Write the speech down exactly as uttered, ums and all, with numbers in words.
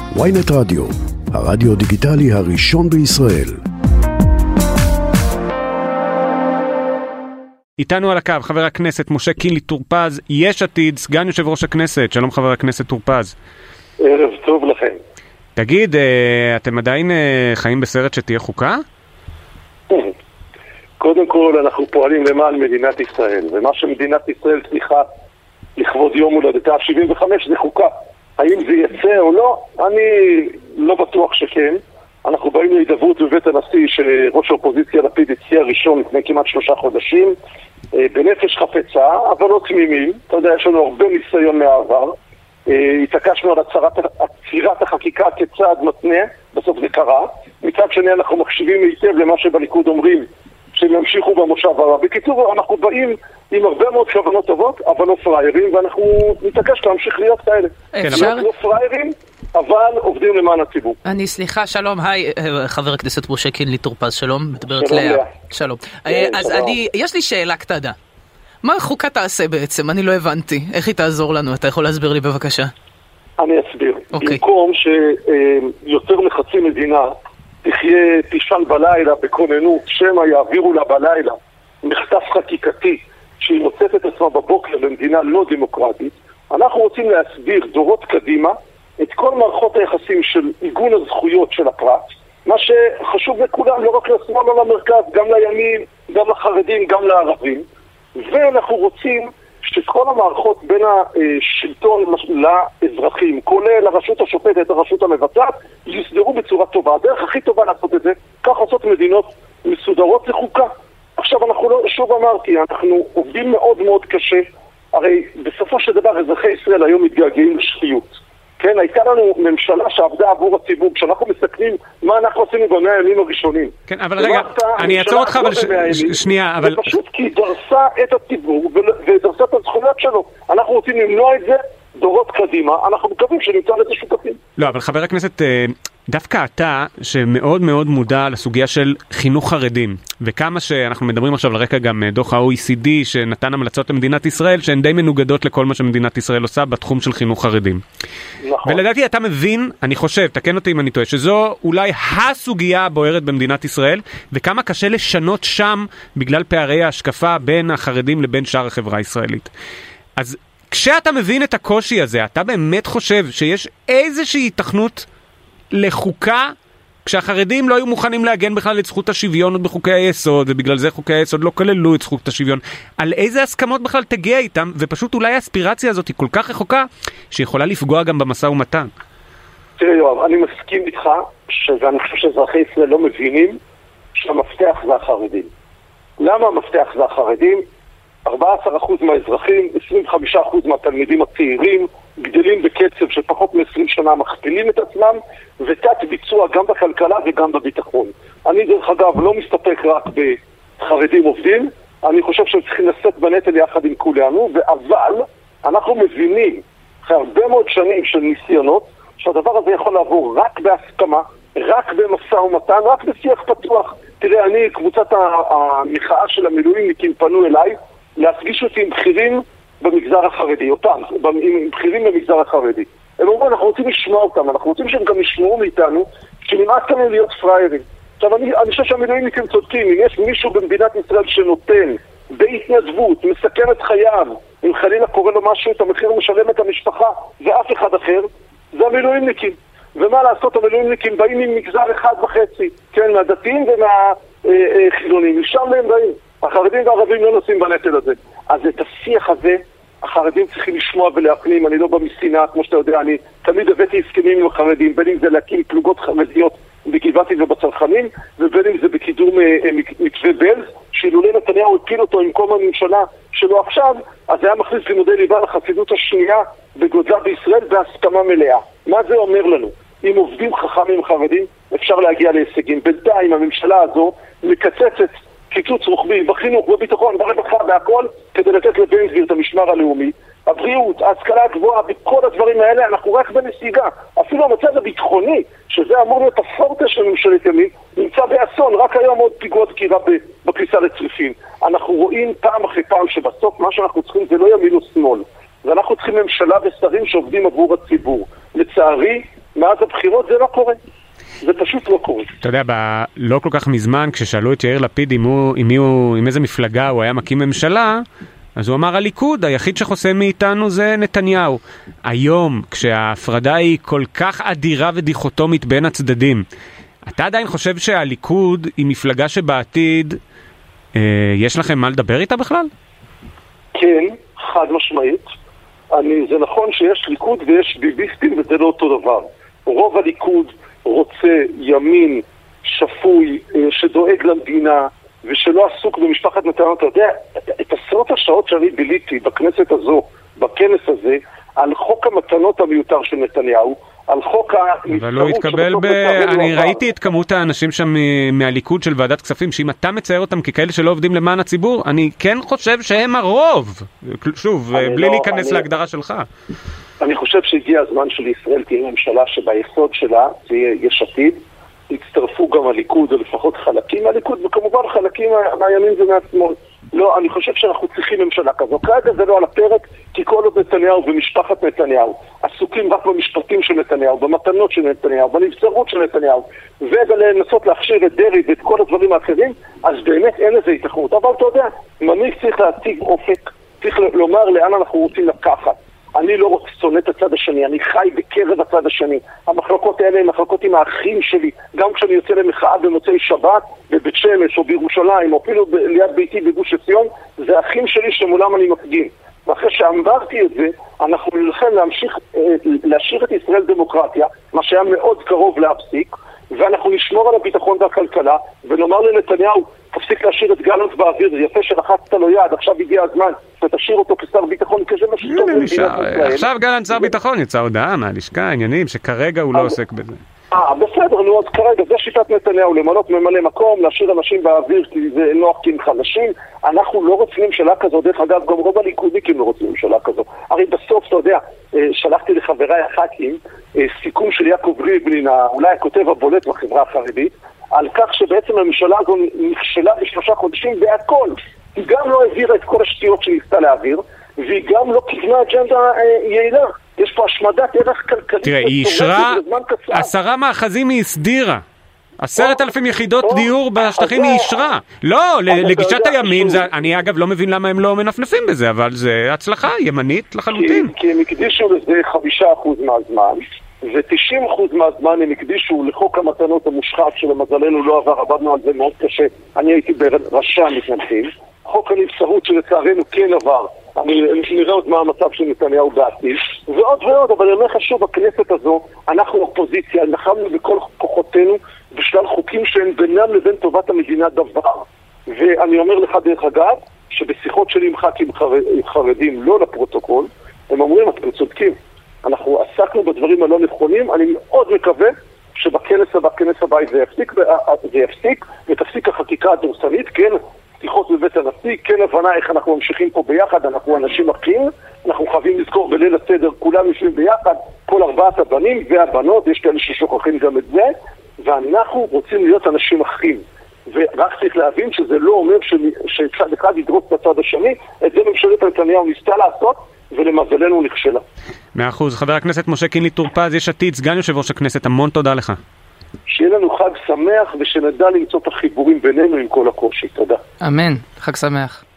וויינט רדיו, הרדיו דיגיטלי הראשון בישראל. איתנו על הקו חבר הכנסת משה קינלי טור פז, יש עתיד, סגן יושב ראש הכנסת. שלום חבר הכנסת טור פז. ערב טוב לכם. תגיד, אתם עדיין חיים בסרט שתהיה חוקה? קודם כל אנחנו פועלים למען מדינת ישראל, ומה שמדינת ישראל צריכה לכבוד יום הולדתה שבעים וחמש זה חוקה. האם זה יצא או לא? אני לא בטוח שכן. אנחנו באים להידברות בבית הנשיא שראש האופוזיציה לפיד הציע ראשון לפני כמעט שלושה חודשים, בנפש חפצה, אבל לא תמימים. אתה יודע, יש לנו הרבה ניסיון מהעבר. התעקשנו על עצירת החקיקה כצעד מתנה, בסוף זה קרה. מצד שני אנחנו מקשיבים היטב למה שבליכוד אומרים, שהם ימשיכו במושב הבא. בקיצור, אנחנו באים עם הרבה מאוד כוונות טובות, אבל לא פריירים, ואנחנו נתעקש להמשיך להיות כאלה. אפשר? לא פריירים, אבל עובדים למען הציבור. אני סליחה, שלום, היי, חבר הכנסת משה קינלי טור פז, שלום, מדברת לאה. שלום. אז אני, יש לי שאלה קטנה. מה החוקה תעשה בעצם? אני לא הבנתי. איך היא תעזור לנו? אתה יכול להסביר לי בבקשה? אני אסביר. במקום שיותר מחצי מדינה תחיה תישן בלילה בכוננות, שמא יעבירו לה בלילה מחטף חקיקתי שהיא מוצאת את עצמה בבוקר במדינה לא דמוקרטית, אנחנו רוצים להסביר דורות קדימה את כל מערכות היחסים של עיגון הזכויות של הפרט, מה שחשוב לכולם, לא רק לשמאל או למרכז, גם לימין, גם לחרדים, גם לערבים, ואנחנו רוצים שכל המערכות בין השלטון לאזרחים, כולל הרשות השופטת, הרשות המבצעת, יסדרו בצורה טובה. הדרך הכי טובה לעשות את זה, כך עושות מדינות מסודרות לחוקה. עכשיו אנחנו לא, שוב אמרתי, אנחנו עובדים מאוד מאוד קשה, הרי בסופו של דבר אזרחי ישראל היום מתגעגעים לשפיות. כן, הייתה לנו ממשלה שעבדה עבור הציבור, כשאנחנו מסתכלים מה אנחנו עשינו במאה הימים הראשונים. כן, אבל רגע, אני אעצור אותך, אבל שנייה, אבל... זה פשוט כי דרסה את הציבור ודרסה את הזכויות שלו. אנחנו רוצים למנוע את זה דורות קדימה, אנחנו מקווים שנמצא לזה שותפים. לא, אבל חבר הכנסת, דווקא אתה, שמאוד מאוד מודע לסוגיה של חינוך חרדים, וכמה שאנחנו מדברים עכשיו לרקע גם דוח ה-או אי סי די שנתן המלצות למדינת ישראל, שהן די מנוגדות לכל מה שמדינת ישראל עושה בתחום של חינוך חרדים. נכון. ולדעתי אתה מבין, אני חושב, תקן אותי אם אני טועה, שזו אולי הסוגיה הבוערת במדינת ישראל, וכמה קשה לשנות שם בגלל פערי ההשקפה בין החרדים לבין שאר החברה הישראלית. אז כשאתה מבין את הקושי הזה, אתה באמת חושב שיש איזושהי התכנות לחוקה, כשהחרדים לא היו מוכנים להגן בכלל את זכות השוויון בחוקי היסוד, ובגלל זה חוקי היסוד לא כללו את זכות השוויון, על איזה הסכמות בכלל תגיע איתם, ופשוט אולי האספירציה הזאת היא כל כך רחוקה, שיכולה לפגוע גם במשא ומתן. תראה יואב, אני מסכים איתך, ואני חושב שאזרחי ישראל לא מבינים שהמפתח זה החרדים. למה המפתח זה החרדים? ארבעה עשר אחוז מהאזרחים, עשרים וחמישה אחוז מהתלמידים הצעירים, גדלים בקצב של פחות מ-עשרים שנה, מכפילים את עצמם, ותת ביצוע גם בכלכלה וגם בביטחון. אני דרך אגב לא מסתפק רק בחרדים עובדים, אני חושב שהם צריכים לשאת בנטל יחד עם כולנו, אבל אנחנו מבינים, אחרי הרבה מאוד שנים של ניסיונות, שהדבר הזה יכול לעבור רק בהסכמה, רק במשא ומתן, רק בשיח פתוח. תראה, אני, קבוצת המחאה של המילואימניקים פנו אליי, להפגיש אותי עם בכירים במגזר החרדי, אותם, עם בכירים במגזר החרדי. הם אומרים, אנחנו רוצים לשמוע אותם, אנחנו רוצים שהם גם ישמעו מאיתנו, שנמאס לנו להיות פריירים. עכשיו, אני, אני חושב שהמילואימניקים צודקים, אם יש מישהו במדינת ישראל שנותן, בהתנדבות, מסכן את חייו, אם חלילה קורא לו משהו, את המחיר משלם את המשפחה, ואף אחד אחר, זה המילואימניקים. ומה לעשות, המילואימניקים באים עם מגזר אחד וחצי, כן, מהדתיים ומהחילונים, משם להם באים. החרדים והערבים לא נושאים בנטל הזה. אז את השיח הזה, החרדים צריכים לשמוע ולהפנים. אני לא במסינה, כמו שאתה יודע, אני תמיד הבאתי הסכמים עם החרדים, בין אם זה להקים פלוגות חרדיות בגבעתי ובצרכנים, ובין אם זה בקידום מתווה בלז, שאילולי נתניהו הפיל אותו עם קום הממשלה שלו עכשיו, אז היה מכניס לימודי ליבה לחסידות השנייה בגודלה בישראל בהסכמה מלאה. מה זה אומר לנו? אם עובדים חכמים חרדים, אפשר להגיע להישגים. בינתיים הממשלה הזו מקצצת קיצוץ רוחבי בחינוך, בביטחון, ברווחה, בהכל, כדי לתת לבן גביר את המשמר הלאומי. הבריאות, ההשכלה הגבוהה, בכל הדברים האלה אנחנו רק בנסיגה. אפילו המצב הביטחוני, שזה אמור להיות הפורטה של ממשלת ימין, נמצא באסון. רק היום עוד פיגוע דקירה בכניסה לצריפין. אנחנו רואים פעם אחרי פעם שבסוף מה שאנחנו צריכים זה לא ימין או שמאל. ואנחנו צריכים ממשלה ושרים שעובדים עבור הציבור. לצערי, מאז הבחירות זה לא קורה. זה פשוט לא קורה. אתה יודע, ב- לא כל כך מזמן, כששאלו את יאיר לפיד עם, הוא, עם, הוא, עם איזה מפלגה הוא היה מקים ממשלה, אז הוא אמר הליכוד, היחיד שחוסם מאיתנו זה נתניהו. היום, כשההפרדה היא כל כך אדירה ודיכוטומית בין הצדדים, אתה עדיין חושב שהליכוד היא מפלגה שבעתיד אה, יש לכם מה לדבר איתה בכלל? כן, חד משמעית. אני, זה נכון שיש ליכוד ויש ביביסטים וזה לא אותו דבר. רוב הליכוד רוצה ימין שפוי שדואג למדינה ושלא עסוק במשפחת נתניהו. אתה יודע, את עשרות השעות שאני ביליתי בכנסת הזו, בכנס הזה, על חוק המתנות המיותר של נתניהו, על חוק הנבצרות... אבל הוא התקבל ב... אני ראיתי את כמות האנשים שם מהליכוד של ועדת כספים, שאם אתה מצייר אותם ככאלה שלא עובדים למען הציבור, אני כן חושב שהם הרוב. שוב, בלי לא, להיכנס אני... להגדרה שלך. אני חושב שהגיע הזמן של ישראל תהיה ממשלה שביסוד שלה תהיה יש עתיד, יצטרפו גם הליכוד, או לפחות חלקים מהליכוד, וכמובן חלקים מהימין ומהשמאל. לא, אני חושב שאנחנו צריכים ממשלה כזו. כרגע זה לא על הפרק, כי כל עוד נתניהו ומשפחת נתניהו עסוקים רק במשפטים של נתניהו, במתנות של נתניהו, בנבצרות של נתניהו, ולנסות להכשיר את דרעי ואת כל הדברים האחרים, אז באמת אין לזה התכנות. אבל אתה יודע, מנהיג צריך להציג אופק, צריך לומר לאן אנחנו רוצים לקחת. אני לא רוצה שונא את הצד השני, אני חי בקרב הצד השני. המחלוקות האלה הן מחלוקות עם האחים שלי, גם כשאני יוצא למחאה במוצאי שבת, בבית שמש או בירושלים, או אפילו ב- ליד ביתי בגוש עציון, זה האחים שלי שמולם אני מפגין. ואחרי שאמרתי את זה, אנחנו נלחם להמשיך, להשאיר את ישראל דמוקרטיה, מה שהיה מאוד קרוב להפסיק, ואנחנו נשמור על הביטחון והכלכלה, ונאמר לנתניהו, תפסיק להשאיר את גלנט באוויר, זה יפה שלחצת לו יד, עכשיו הגיע הזמן, ותשאיר אותו כשר ביטחון, כזה מה שטוב במדינת ישראל. עכשיו גלנט שר ביטחון, יצא הודעה מהלשכה, עניינים, שכרגע הוא לא עוסק בזה. אה, בסדר, נו, אז כרגע, זה שיטת נתניהו, למנות ממלא מקום, להשאיר אנשים באוויר, כי זה נוח כי הם חלשים. אנחנו לא רוצים ממשלה כזו, דרך אגב, גם רוב הליכודניקים לא רוצים ממשלה כזו. הרי בסוף, אתה יודע, שלחתי לחבריי הח"כים, סיכום של יעקב ריבלין, אולי הכותב הבולט בחברה החרדית, על כך שבעצם הממשלה הזו נכשלה בשלושה חודשים בהכל. היא גם לא העבירה את כל השטויות שניסתה להעביר, והיא גם לא כיוונה אג'נדה יעילה. יש פה השמדת ערך כלכלית. תראה, היא אישרה עשרה מאחזים היא הסדירה. עשרת אלפים יחידות דיור בשטחים היא אישרה. לא, לגישת הימין, אני אגב לא מבין למה הם לא מנפנפים בזה, אבל זה הצלחה ימנית לחלוטין. כי הם הקדישו לזה חמישה אחוז מהזמן, ו-תשעים אחוז מהזמן הם הקדישו לחוק המתנות המושחת שלמזלנו לא עבר, עבדנו על זה מאוד קשה. אני הייתי בראשי המתנגדים. חוק הנבצרות שלצערנו כן עבר, אני נראה עוד מה המצב של נתניהו בעתיד, ועוד ועוד, אבל אני אומר חשוב, בכנסת הזו, אנחנו אופוזיציה, נחמנו בכל כוחותינו, בשלל חוקים שהם בינם לבין טובת המדינה דבר. ואני אומר לך דרך אגב, שבשיחות שלי עם ח"כים חרדים, לא לפרוטוקול, הם אומרים, אתם צודקים, אנחנו עסקנו בדברים הלא נכונים, אני מאוד מקווה שבכנס הבא, כנס הבא זה יפסיק, זה יפסיק, ותפסיק החקיקה הדורסנית, כן, פתיחות בבית הנשיא, כן הבנה איך אנחנו ממשיכים פה ביחד, אנחנו אנשים אחים, אנחנו חייבים לזכור בליל הסדר, כולם יושבים ביחד, כל ארבעת הבנים והבנות, יש כאלה ששוכחים גם את זה, ואנחנו רוצים להיות אנשים אחים. ורק צריך להבין שזה לא אומר שצד אחד ידרוס בצד השני, את זה ממשלת נתניהו ניסתה לעשות, ולמזלנו נכשלה. מאה אחוז. חבר הכנסת משה קינלי טור פז, יש עתיד, סגן יושב ראש הכנסת, המון תודה לך. שיהיה לנו חג שמח ושנדע למצוא את החיבורים בינינו עם כל הקושי. תודה. אמן. חג שמח.